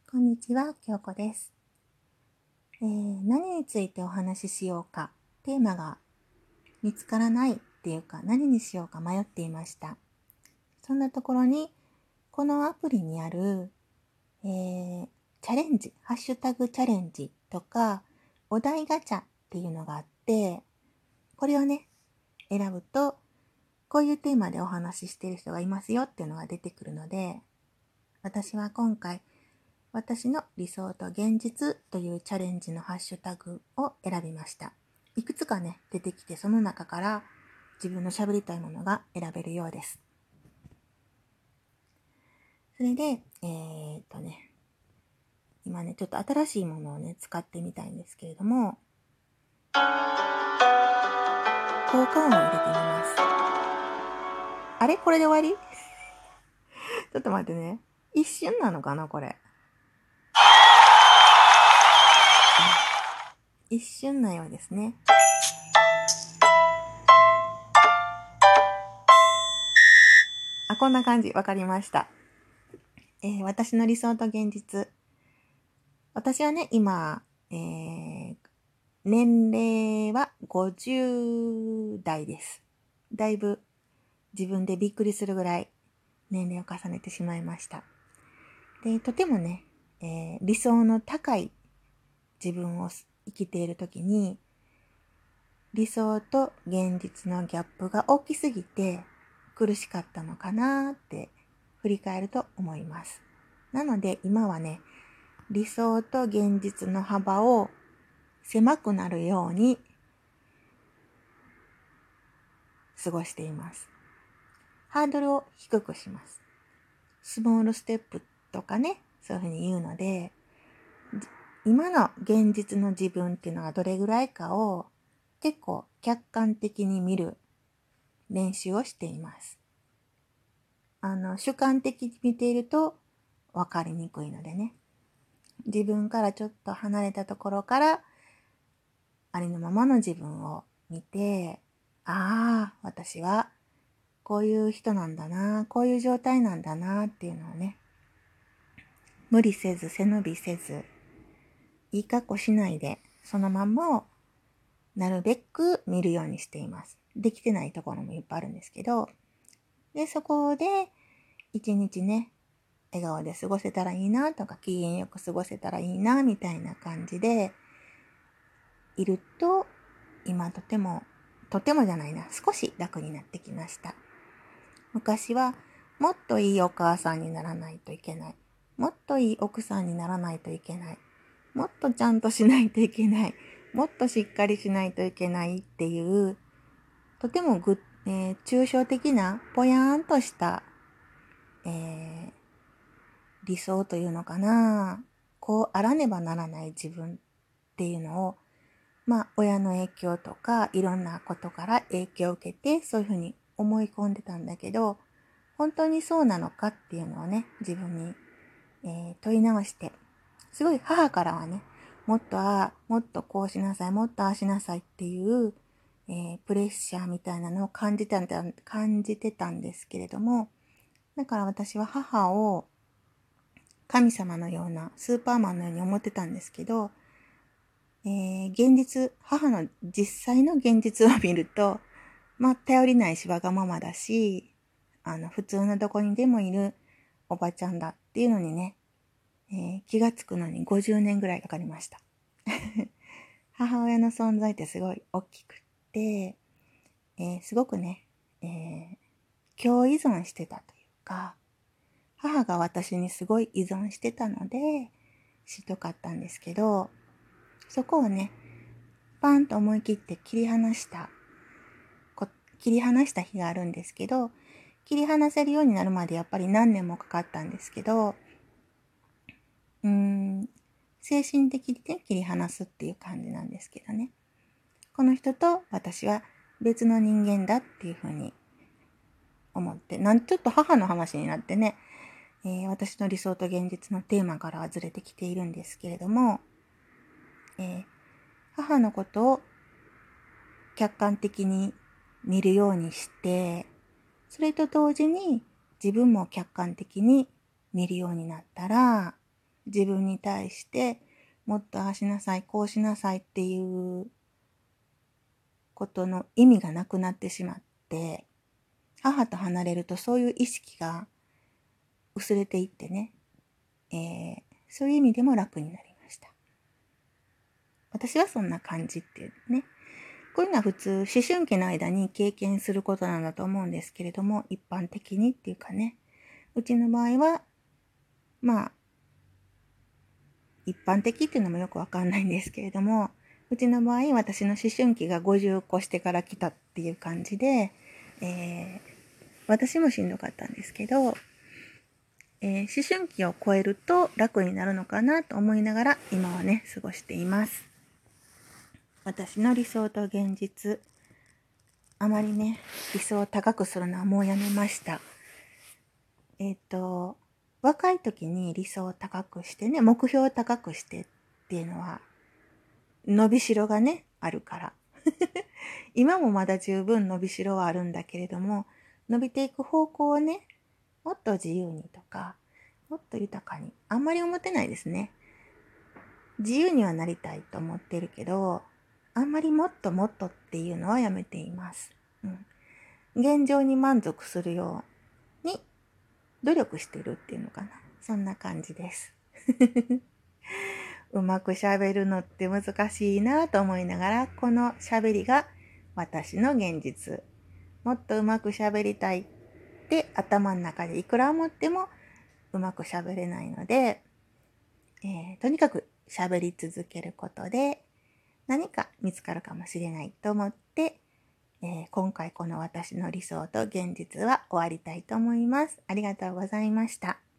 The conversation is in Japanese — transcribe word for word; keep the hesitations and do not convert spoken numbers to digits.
こんにちは、京子です、えー。何についてお話ししようか、テーマが見つからないっていうか、何にしようか迷っていました。そんなところに、このアプリにある、えー、チャレンジ、ハッシュタグチャレンジとか、お題ガチャっていうのがあって、これをね、選ぶと、こういうテーマでお話ししている人がいますよっていうのが出てくるので、私は今回、私の理想と現実というチャレンジのハッシュタグを選びました。いくつかね、出てきてその中から自分の喋りたいものが選べるようです。それで、えー、っとね、今ね、ちょっと新しいものをね、使ってみたいんですけれども、効果音を入れてみます。あれこれで終わりちょっと待ってね。一瞬なのかなこれ。一瞬なようですね。あ、こんな感じ。わかりました。えー、私の理想と現実。私はね、今、えー、年齢はごじゅう代です。だいぶ自分でびっくりするぐらい年齢を重ねてしまいました。で、とてもね、えー、理想の高い自分を生きているときに、理想と現実のギャップが大きすぎて苦しかったのかなって振り返ると思います。なので今はね、理想と現実の幅を狭くなるように過ごしています。ハードルを低くします。スモールステップとかね、そういうふうに言うので、今の現実の自分っていうのがどれぐらいかを結構客観的に見る練習をしています。あの、主観的に見ていると分かりにくいのでね。自分からちょっと離れたところからありのままの自分を見て、ああ、私はこういう人なんだな、こういう状態なんだなっていうのをね、無理せず背伸びせず、いい格好しないで、そのまんまをなるべく見るようにしています。できてないところもいっぱいあるんですけど、で、そこで一日ね、笑顔で過ごせたらいいなとか、機嫌よく過ごせたらいいなみたいな感じでいると、今とても、とてもじゃないな、少し楽になってきました。昔はもっといいお母さんにならないといけない。もっといい奥さんにならないといけない。もっとちゃんとしないといけない。もっとしっかりしないといけないっていう、とてもぐ、えー、抽象的なぽやーんとした、えー、理想というのかな。こうあらねばならない自分っていうのを、まあ親の影響とかいろんなことから影響を受けてそういうふうに思い込んでたんだけど、本当にそうなのかっていうのをね、自分に、えー、問い直して、すごい母からはね、もっとああ、もっとこうしなさい、もっとああしなさいっていう、えー、プレッシャーみたいなのを感じてた、感じてたんですけれども、だから私は母を神様のような、スーパーマンのように思ってたんですけど、えー、現実、母の実際の現実を見ると、まあ、頼りないしわがままだし、あの、普通のどこにでもいるおばちゃんだっていうのにね、えー、気がつくのにごじゅうねんぐらいかかりました。母親の存在ってすごい大きくって、えー、すごくね、えー、共依存してたというか、母が私にすごい依存してたので、しんどかったんですけど、そこをね、パンと思い切って切り離した、切り離した日があるんですけど、切り離せるようになるまでやっぱり何年もかかったんですけど、うーん、精神的にね、切り離すっていう感じなんですけどね。この人と私は別の人間だっていうふうに思って、なんちょっと母の話になってね、えー、私の理想と現実のテーマからはずれてきているんですけれども、えー、母のことを客観的に見るようにして、それと同時に自分も客観的に見るようになったら、 自分に対してもっとああしなさい、こうしなさいっていうことの意味がなくなってしまって、母と離れるとそういう意識が薄れていってね、えー、そういう意味でも楽になりました。私はそんな感じっていうね。こういうのは普通、思春期の間に経験することなんだと思うんですけれども、一般的にっていうかね、うちの場合は、まあ、一般的っていうのもよくわかんないんですけれども、うちの場合、私の思春期がごじゅう越してから来たっていう感じで、えー、私もしんどかったんですけど、えー、思春期を超えると楽になるのかなと思いながら今はね、過ごしています。私の理想と現実、あまりね、理想を高くするのはもうやめました。えっと、若い時に理想を高くしてね、目標を高くしてっていうのは、伸びしろがね、あるから。今もまだ十分伸びしろはあるんだけれども、伸びていく方向をね、もっと自由にとか、もっと豊かに、あんまり思ってないですね。自由にはなりたいと思ってるけど、あんまりもっともっとっていうのはやめています。うん、現状に満足するように努力してるっていうのかな。そんな感じです。うまく喋るのって難しいなと思いながら、この喋りが私の現実。もっとうまく喋りたいって頭の中でいくら思ってもうまく喋れないので、えー、とにかく喋り続けることで何か見つかるかもしれないと思って、えー、今回この私の理想と現実は終わりたいと思います。ありがとうございました。